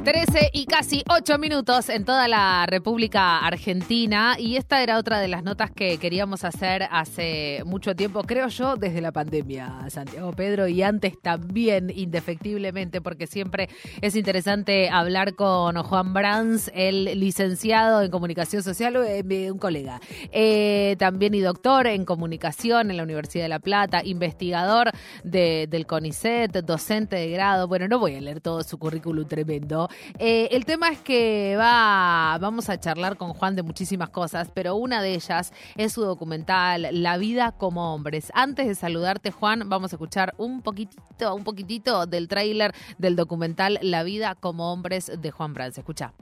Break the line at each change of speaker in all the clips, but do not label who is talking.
13 y casi 8 minutos en toda la República Argentina, y esta era otra de las notas que queríamos hacer hace mucho tiempo, creo yo, desde la pandemia, Santiago Pedro, y antes también, indefectiblemente, porque siempre es interesante hablar con Juan Brands, el licenciado en Comunicación Social, un colega, también y doctor en Comunicación en la Universidad de La Plata, investigador del CONICET, docente de grado. Bueno, no voy a leer todo su currículum tremendo. El tema es que vamos a charlar con Juan de muchísimas cosas, pero una de ellas es su documental La vida como hombres. Antes de saludarte, Juan, vamos a escuchar un poquitito del tráiler del documental La vida como hombres de Juan Brands. Escucha.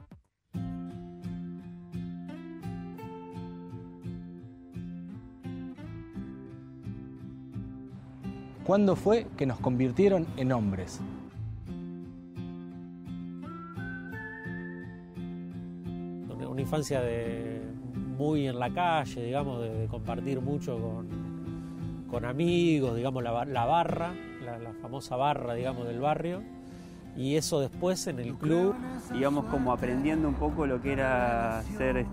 ¿Cuándo fue que nos convirtieron en hombres?
Una infancia muy en la calle, digamos, de compartir mucho con amigos, digamos, la barra, la famosa barra, digamos, del barrio. Y eso después en el club.
Digamos, como aprendiendo un poco lo que era ser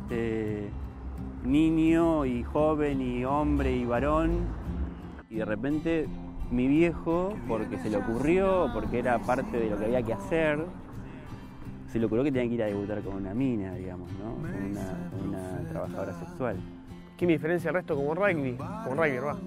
niño y joven y hombre y varón. Y de repente mi viejo, porque se le ocurrió, porque era parte de lo que había que hacer, se le ocurrió que tenía que ir a debutar con una mina, digamos, ¿no? Con una trabajadora sexual.
¿Qué me diferencia el resto como rugby? Como rugby, ¿verdad?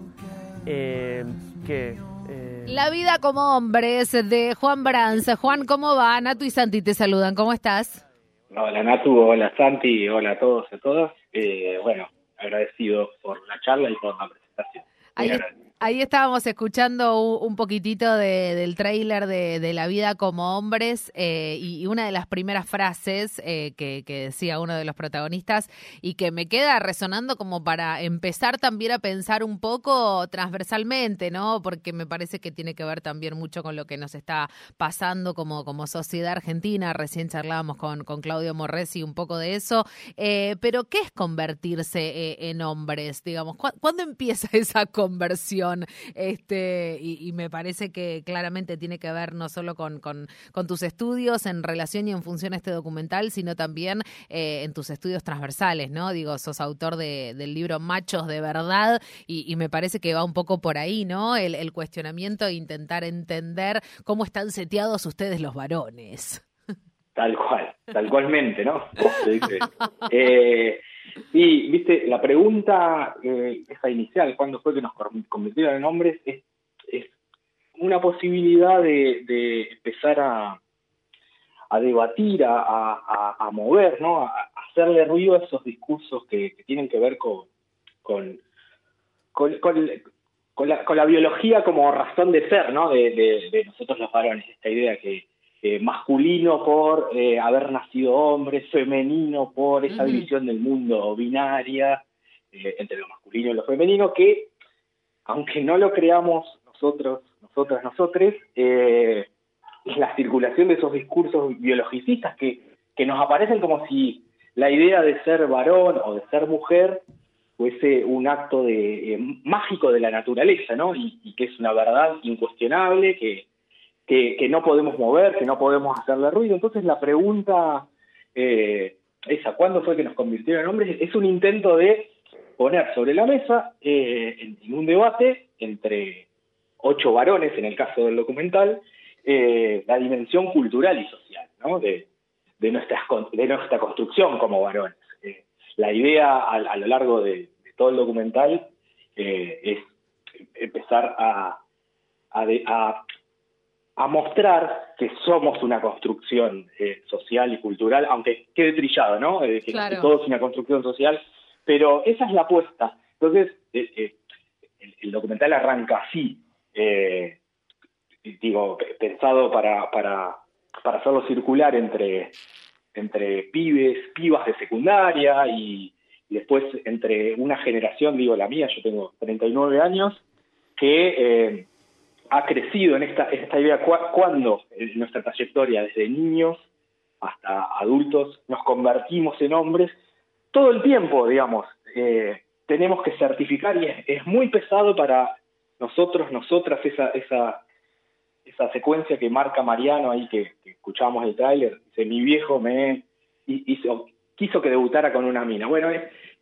La vida como hombres de Juan Brands. Juan, ¿cómo va? Natu y Santi te saludan. ¿Cómo estás?
Hola Natu, hola Santi, hola a todos y a todas. Bueno, agradecido por la charla y por la presentación.
Ahí estábamos escuchando un poquitito del tráiler de La vida como hombres, y una de las primeras frases que decía uno de los protagonistas y que me queda resonando como para empezar también a pensar un poco transversalmente, ¿no? Porque me parece que tiene que ver también mucho con lo que nos está pasando como sociedad argentina. Recién charlábamos con Claudio Morresi un poco de eso, pero ¿qué es convertirse en hombres? Digamos, ¿cuándo empieza esa conversión? Y me parece que claramente tiene que ver no solo con tus estudios en relación y en función a este documental, sino también en tus estudios transversales, ¿no? Digo, sos autor del libro Machos de Verdad, y me parece que va un poco por ahí, ¿no? El cuestionamiento e intentar entender cómo están seteados ustedes los varones.
Tal cualmente, ¿no? Y, viste, la pregunta esa inicial, ¿cuándo fue que nos convirtieron en hombres? Es una posibilidad de empezar a debatir, a mover, ¿no? A hacerle ruido a esos discursos que tienen que ver con la biología como razón de ser, ¿no? De nosotros los varones, esta idea que masculino por haber nacido hombre, femenino por esa división del mundo binaria entre lo masculino y lo femenino, que aunque no lo creamos nosotros, nosotres, es la circulación de esos discursos biologicistas que nos aparecen como si la idea de ser varón o de ser mujer fuese un acto mágico de la naturaleza, ¿no? Y que es una verdad incuestionable, que no podemos mover, que no podemos hacerle ruido. Entonces la pregunta esa, ¿cuándo fue que nos convirtieron en hombres? Es un intento de poner sobre la mesa en un debate entre 8 varones, en el caso del documental, la dimensión cultural y social, ¿no? de nuestra construcción como varones. La idea a lo largo de todo el documental es empezar a mostrar que somos una construcción social y cultural, aunque quede trillado, ¿no?
Claro.
Que todo es una construcción social, pero esa es la apuesta. Entonces, el documental arranca así, pensado para hacerlo circular entre pibas de secundaria y después entre una generación, la mía, yo tengo 39 años, que ha crecido en esta idea cuando en nuestra trayectoria, desde niños hasta adultos, nos convertimos en hombres. Todo el tiempo, digamos, tenemos que certificar, y es muy pesado para nosotros, nosotras, esa secuencia que marca Mariano ahí que escuchábamos el tráiler, dice, mi viejo me quiso que debutara con una mina. Bueno,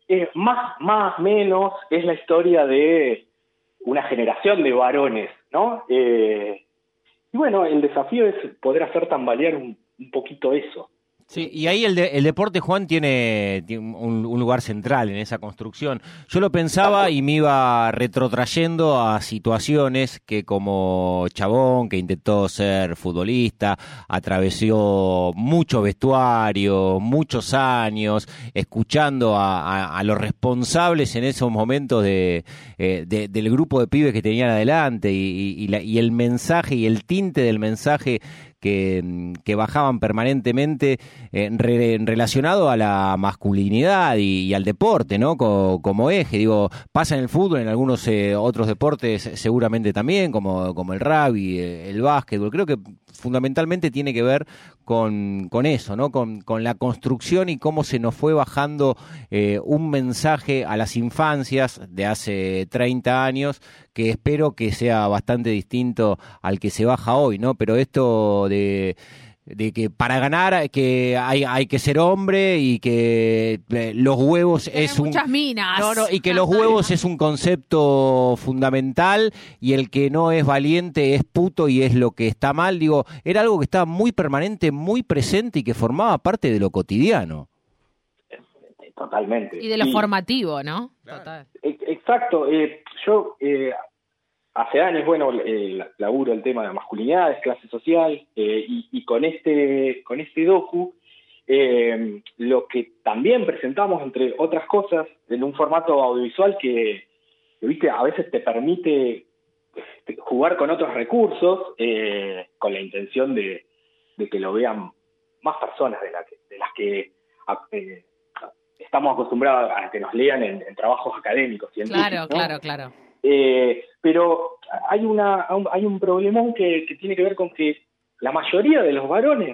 más menos es la historia de una generación de varones, ¿no? Y bueno, el desafío es poder hacer tambalear un poquito eso.
Sí, y ahí el deporte, Juan, tiene un lugar central en esa construcción. Yo lo pensaba y me iba retrotrayendo a situaciones que como chabón, que intentó ser futbolista, atravesó mucho vestuario, muchos años, escuchando a los responsables en esos momentos del grupo de pibes que tenían adelante y el mensaje y el tinte del mensaje que bajaban permanentemente relacionado a la masculinidad y al deporte, ¿no? Como eje, digo, pasa en el fútbol, en algunos otros deportes seguramente también, como el rugby, el básquetbol. Creo que fundamentalmente tiene que ver con eso, ¿no? Con la construcción y cómo se nos fue bajando un mensaje a las infancias de hace 30 años que espero que sea bastante distinto al que se baja hoy, ¿no? Pero esto de que para ganar que hay que ser hombre y que los huevos es
muchas minas.
Y que los huevos es un concepto fundamental y el que no es valiente es puto y es lo que está mal, digo, era algo que estaba muy permanente, muy presente y que formaba parte de lo cotidiano.
Totalmente.
Y de lo formativo, ¿no? Total.
Exacto. Yo hace años, bueno, laburo el tema de masculinidades, clase social, y con este docu, lo que también presentamos, entre otras cosas, en un formato audiovisual que viste, a veces te permite jugar con otros recursos, con la intención de que lo vean más personas de las que estamos acostumbrados a que nos lean en trabajos académicos, científicos, ¿no? Claro. Pero hay un problemón que tiene que ver con que la mayoría de los varones,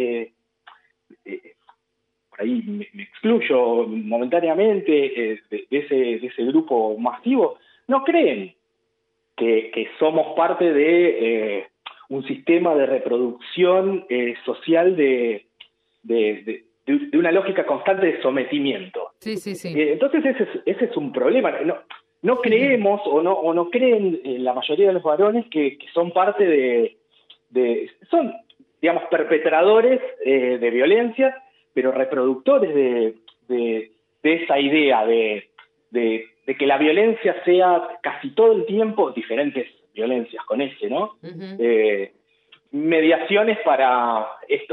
por ahí me excluyo momentáneamente de ese grupo masivo, no creen que somos parte de un sistema de reproducción social de una lógica constante de sometimiento. Sí. Entonces ese es un problema. No creemos o no creen la mayoría de los varones que son parte son, digamos, perpetradores de violencia, pero reproductores de esa idea de que la violencia sea casi todo el tiempo, diferentes violencias con ese, ¿no? Uh-huh. Mediaciones para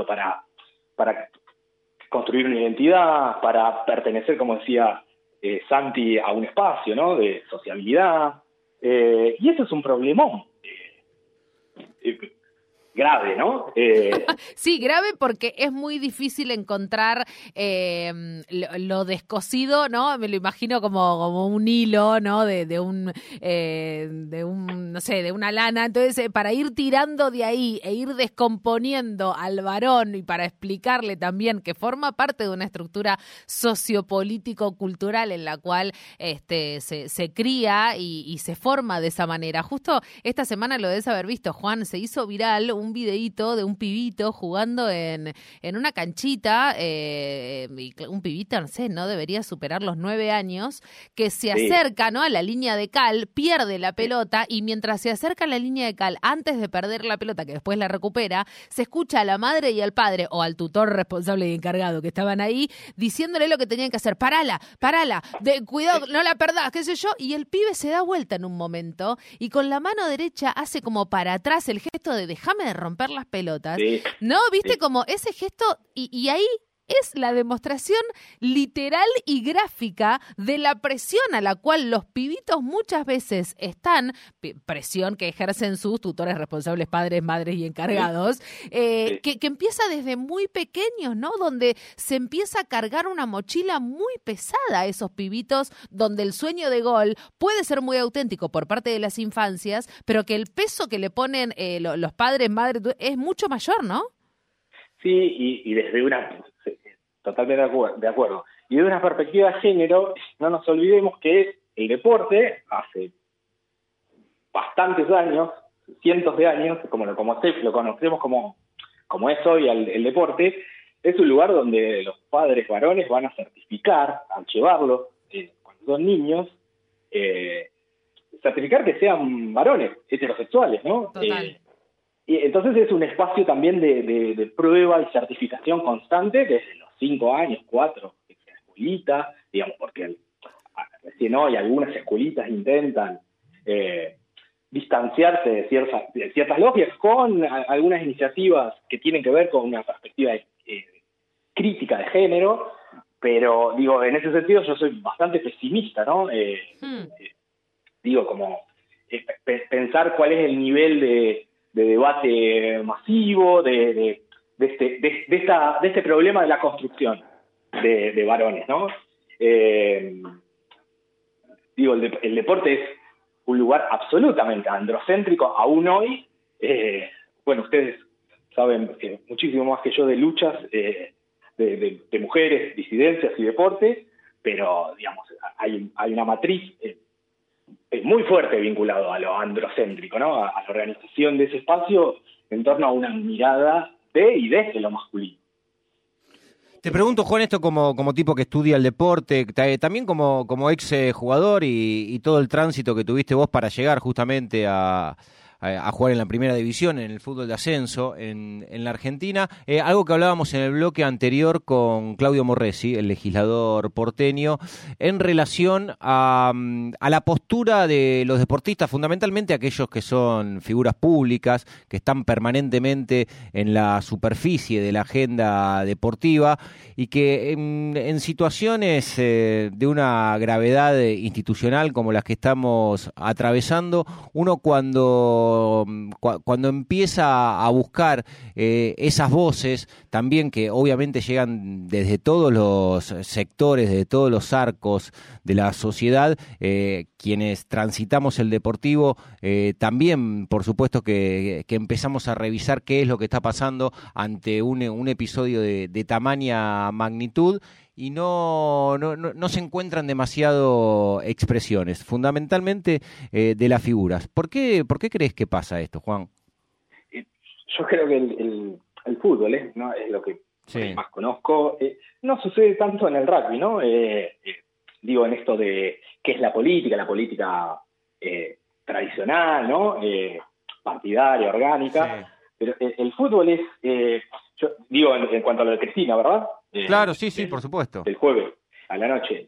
construir una identidad, para pertenecer, como decía Santi, a un espacio, ¿no? De sociabilidad, y eso es un problemón grave, ¿no?
Sí, grave porque es muy difícil encontrar lo descosido, ¿no? Me lo imagino como un hilo, ¿no? De un no sé, de una lana. Entonces, para ir tirando de ahí e ir descomponiendo al varón y para explicarle también que forma parte de una estructura sociopolítico-cultural en la cual se cría y se forma de esa manera. Justo esta semana lo debes haber visto, Juan, se hizo viral un videíto de un pibito jugando en una canchita, un pibito, no sé, no debería superar los 9 años, que se acerca, ¿no?, a la línea de cal, pierde la pelota y mientras se acerca a la línea de cal, antes de perder la pelota, que después la recupera, se escucha a la madre y al padre, o al tutor responsable y encargado que estaban ahí, diciéndole lo que tenían que hacer. Parala, cuidado, no la perdás, qué sé yo, y el pibe se da vuelta en un momento y con la mano derecha hace como para atrás el gesto de déjame de romper las pelotas, ¿no? ¿Viste? Como ese gesto y ahí es la demostración literal y gráfica de la presión a la cual los pibitos muchas veces están, presión que ejercen sus tutores responsables, padres, madres y encargados, que empieza desde muy pequeños, ¿no? Donde se empieza a cargar una mochila muy pesada a esos pibitos, donde el sueño de gol puede ser muy auténtico por parte de las infancias, pero que el peso que le ponen los padres, madres, es mucho mayor, ¿no?
Sí, y desde totalmente de acuerdo. Y desde una perspectiva de género, no nos olvidemos que el deporte, hace bastantes años, cientos de años, como lo conocemos como es hoy el deporte, es un lugar donde los padres varones van a certificar, al llevarlos cuando son niños, certificar que sean varones heterosexuales, ¿no? Y entonces es un espacio también de prueba y certificación constante desde los 5 años, 4, en la escuelita, digamos, porque recién hoy algunas escuelitas intentan distanciarse de ciertas logias con algunas iniciativas que tienen que ver con una perspectiva crítica de género, pero digo, en ese sentido yo soy bastante pesimista, ¿no? Digo, como pensar cuál es el nivel de debate masivo de este problema de la construcción de varones, ¿no? Digo, el deporte es un lugar absolutamente androcéntrico, aún hoy. Bueno, ustedes saben muchísimo más que yo de luchas de mujeres, disidencias y deporte, pero, digamos, hay una matriz muy fuerte vinculado a lo androcéntrico, ¿no? A la organización de ese espacio en torno a una mirada de y desde lo masculino.
Te pregunto, Juan, esto como tipo que estudia el deporte, también como ex jugador y todo el tránsito que tuviste vos para llegar justamente a jugar en la primera división, en el fútbol de ascenso en la Argentina. Algo que hablábamos en el bloque anterior con Claudio Morresi, el legislador porteño, en relación a la postura de los deportistas, fundamentalmente aquellos que son figuras públicas, que están permanentemente en la superficie de la agenda deportiva y que en situaciones de una gravedad institucional como las que estamos atravesando, uno cuando empieza a buscar esas voces, también que obviamente llegan desde todos los sectores, de todos los arcos de la sociedad, quienes transitamos el deportivo, también por supuesto que empezamos a revisar qué es lo que está pasando ante un episodio de tamaña magnitud, y no se encuentran demasiado expresiones, fundamentalmente de las figuras. ¿Por qué crees que pasa esto, Juan?
Yo creo que el fútbol ¿no? Es lo que más conozco. No sucede tanto en el rugby, ¿no? Digo, en esto de qué es la política tradicional, ¿no? Partidaria, orgánica. Sí. Pero el fútbol es, yo digo en cuanto a lo de Cristina, ¿verdad?
Claro, sí, por supuesto.
El jueves a la noche.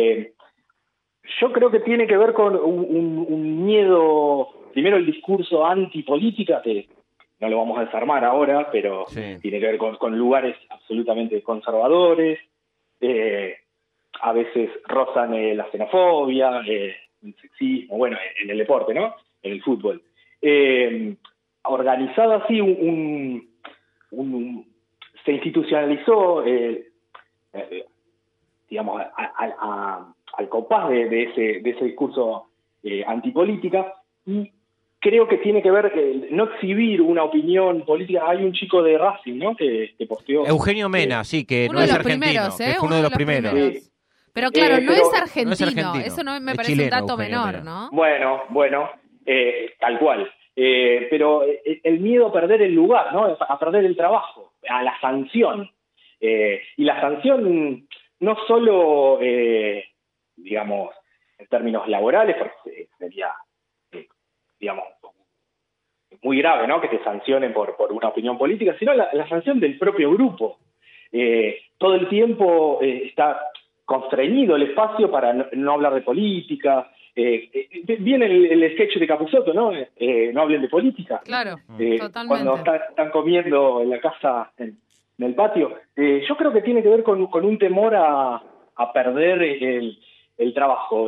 Yo creo que tiene que ver con un miedo, primero el discurso antipolítica, que no lo vamos a desarmar ahora, pero tiene que ver con lugares absolutamente conservadores, a veces rozan la xenofobia, el sexismo, bueno, en el deporte, ¿no? En el fútbol. Organizado así, se institucionalizó, digamos, al compás de ese discurso antipolítica, y creo que tiene que ver no exhibir una opinión política. Hay un chico de Racing, ¿no? Que posteó.
Eugenio Mena, que no es argentino, que fue uno de los primeros.
Sí. Pero claro, no es argentino. Eso no me parece chileno, un dato menor, ¿no?
Bueno, tal cual. Pero el miedo a perder el lugar, ¿no? A perder el trabajo, a la sanción. Y la sanción no solo, digamos, en términos laborales, porque sería, digamos, muy grave, ¿no? Que te sancionen por una opinión política, sino la sanción del propio grupo. Todo el tiempo está constreñido el espacio para no hablar de política. Viene el sketch de Capusotto, ¿no? No hablen de política.
Claro, totalmente.
Cuando están comiendo en la casa, en el patio. Yo creo que tiene que ver con un temor a perder el trabajo.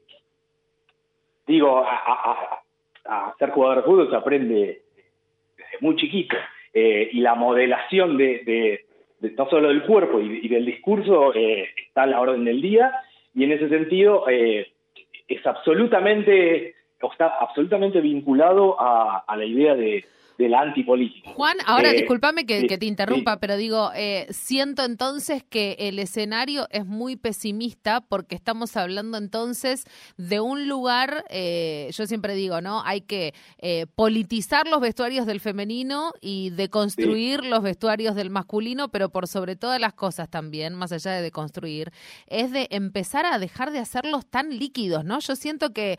Digo, a ser jugador de fútbol se aprende desde muy chiquito. Y la modelación de no solo del cuerpo y del discurso está a la orden del día, y en ese sentido está absolutamente vinculado a la idea de de la antipolítica.
Juan, ahora discúlpame
sí,
que te interrumpa, pero digo, siento entonces que el escenario es muy pesimista porque estamos hablando entonces de un lugar, yo siempre digo, ¿no? Hay que politizar los vestuarios del femenino y deconstruir los vestuarios del masculino, pero por sobre todas las cosas también, más allá de deconstruir, es de empezar a dejar de hacerlos tan líquidos, ¿no? Yo siento que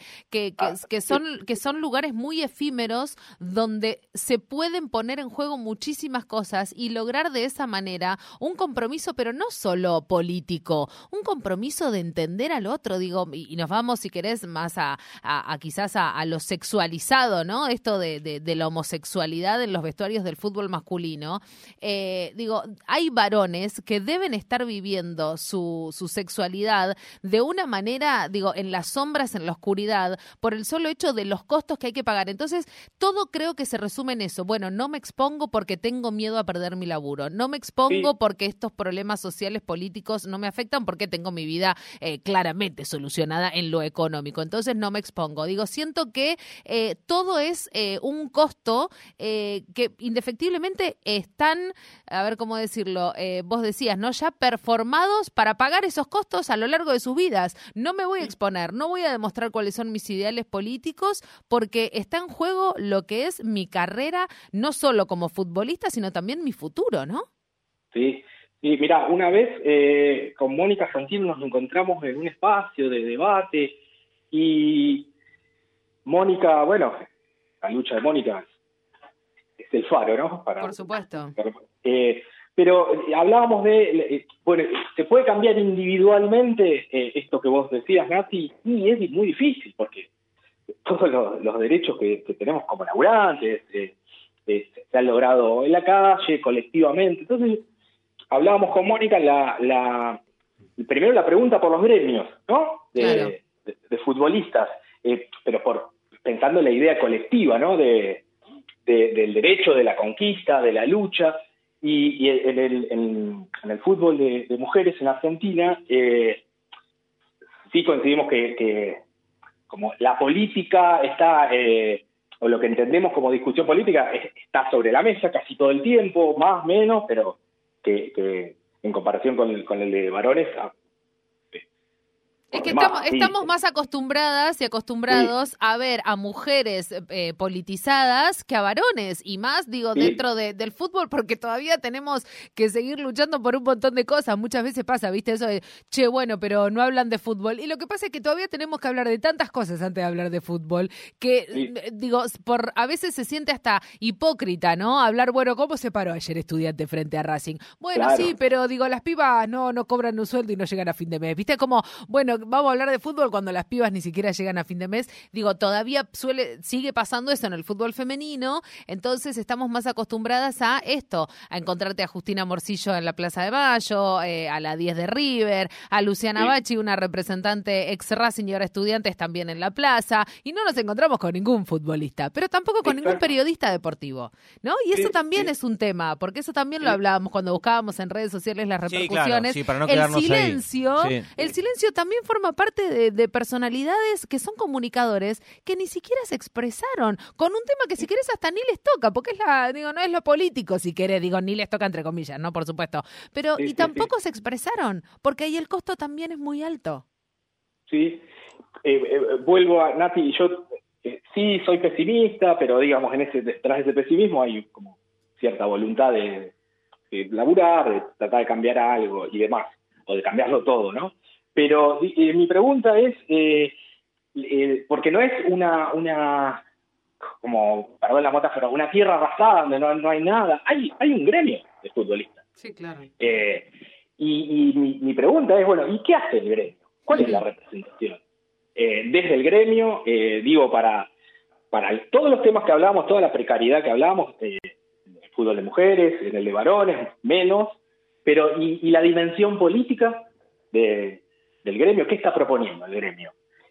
son lugares muy efímeros donde se pueden poner en juego muchísimas cosas y lograr de esa manera un compromiso, pero no solo político, un compromiso de entender al otro, digo, y nos vamos, si querés, más a quizás a lo sexualizado, ¿no? Esto de la homosexualidad en los vestuarios del fútbol masculino. Digo, hay varones que deben estar viviendo su sexualidad de una manera, digo, en las sombras, en la oscuridad, por el solo hecho de los costos que hay que pagar. Entonces, todo creo que se resume en eso. Bueno, no me expongo porque tengo miedo a perder mi laburo. No me expongo porque estos problemas sociales, políticos no me afectan porque tengo mi vida claramente solucionada en lo económico. Entonces, no me expongo. Digo, siento que todo es un costo que indefectiblemente están, a ver cómo decirlo, vos decías, ¿no? Ya performados para pagar esos costos a lo largo de sus vidas. No me voy a exponer, no voy a demostrar cuáles son mis ideales políticos porque está en juego lo que es mi carrera, no solo como futbolista, sino también mi futuro, ¿no?
Sí, mira, una vez con Mónica Santino nos encontramos en un espacio de debate y Mónica, bueno, la lucha de Mónica es el faro, ¿no?
Por supuesto.
Pero hablábamos bueno, ¿se puede cambiar individualmente esto que vos decías, Nati? Y es muy difícil, porque todos los derechos que tenemos como laburantes se han logrado en la calle, colectivamente. Entonces, hablábamos con Mónica primero la pregunta por los gremios, ¿no?
Claro.
De futbolistas, pero pensando en la idea colectiva, ¿no? Del derecho, de la conquista, de la lucha. Y en el fútbol de mujeres en Argentina, sí coincidimos que como la política está, o lo que entendemos como discusión política, está sobre la mesa casi todo el tiempo, más, menos, pero que en comparación con el de varones...
Es que estamos más acostumbradas y acostumbrados a ver a mujeres politizadas que a varones, y más, digo, dentro del fútbol, porque todavía tenemos que seguir luchando por un montón de cosas. Muchas veces pasa, ¿viste? Eso de, che, bueno, pero no hablan de fútbol. Y lo que pasa es que todavía tenemos que hablar de tantas cosas antes de hablar de fútbol, que, digo, a veces se siente hasta hipócrita, ¿no? Hablar, bueno, ¿cómo se paró ayer Estudiante frente a Racing? Bueno, claro. Sí, pero digo, las pibas no cobran un sueldo y no llegan a fin de mes. ¿Viste? Como, bueno, vamos a hablar de fútbol cuando las pibas ni siquiera llegan a fin de mes. Digo, todavía sigue pasando eso en el fútbol femenino, entonces estamos más acostumbradas a esto, a encontrarte a Justina Morcillo en la Plaza de Mayo, a la 10 de River, a Luciana Bacci, una representante ex Racing y ahora Estudiantes también en la plaza, y no nos encontramos con ningún futbolista, pero tampoco con ningún periodista deportivo, ¿no? Y eso también es un tema, porque eso también lo hablábamos cuando buscábamos en redes sociales las repercusiones.
Para no quedarnos
el silencio también forma parte de personalidades que son comunicadores que ni siquiera se expresaron con un tema que si querés hasta ni les toca, porque no es lo político, si querés, ni les toca entre comillas, ¿no? Por supuesto. Pero y tampoco se expresaron, porque ahí el costo también es muy alto.
Sí, vuelvo a Nati, yo sí soy pesimista, pero digamos, detrás de ese pesimismo hay como cierta voluntad de laburar, de tratar de cambiar algo y demás, o de cambiarlo todo, ¿no? Pero mi pregunta es, porque no es una como, perdón la metáfora, una tierra arrasada donde no hay nada, hay un gremio de futbolistas.
Sí, claro.
Y mi pregunta es, bueno, ¿y qué hace el gremio? ¿Cuál es la representación? Desde el gremio, digo, para todos los temas que hablábamos, toda la precariedad que hablábamos, en el fútbol de mujeres, en el de varones, menos, pero ¿y la dimensión política del gremio? ¿Qué está proponiendo el gremio?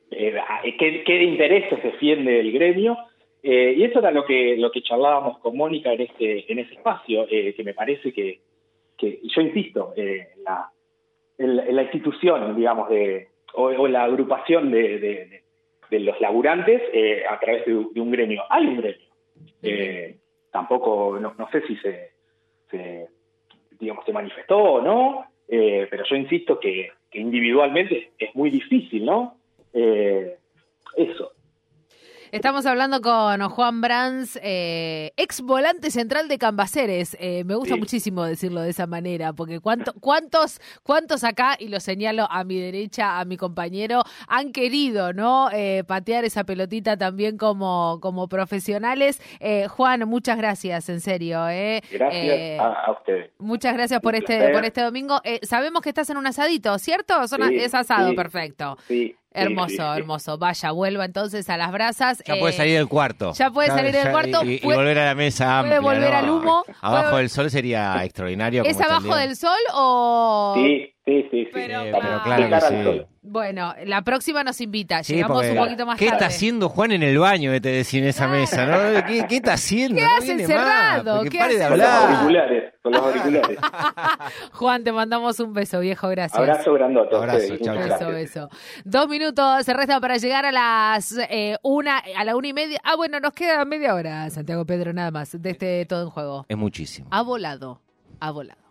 ¿Qué intereses defiende el gremio? Y eso era lo que charlábamos con Mónica en ese espacio, que me parece que yo insisto, en la institución, digamos, o la agrupación de los laburantes a través de un gremio. Hay un gremio. tampoco, no sé si digamos, se manifestó o no, pero yo insisto que individualmente es muy difícil, ¿no? Eso.
Estamos hablando con Juan Brands, ex volante central de Cambaceres. Me gusta muchísimo decirlo de esa manera, porque cuántos acá, y lo señalo a mi derecha, a mi compañero, han querido, ¿no? Patear esa pelotita también como profesionales. Juan, muchas gracias, en serio.
Gracias a ustedes.
Muchas gracias por este domingo. Sabemos que estás en un asadito, ¿cierto? Es asado, perfecto.
Sí.
Hermoso. Vaya, vuelva entonces a las brasas.
Ya puede salir del cuarto.
Ya puede salir del cuarto.
Y volver a la mesa amplia.
Puede volver al humo.
Abajo del sol sería extraordinario.
¿Es abajo del sol o...?
Sí.
Pero
claro que sí.
Bueno, la próxima nos invita. Llegamos un poquito más tarde.
¿Qué está haciendo decir en el baño? Te decía en esa mesa, ¿no? ¿Qué está haciendo?
¿Qué hace encerrado?
¿Qué pare de
Con los
hablar?
auriculares.
Juan, te mandamos un beso, viejo, gracias.
Abrazo grandote.
Abrazo, chao.
Beso. 2 minutos se restan para llegar a las 1:30. Bueno, nos queda media hora, Santiago Pedro, nada más, de este Todo en Juego.
Es muchísimo.
Ha volado.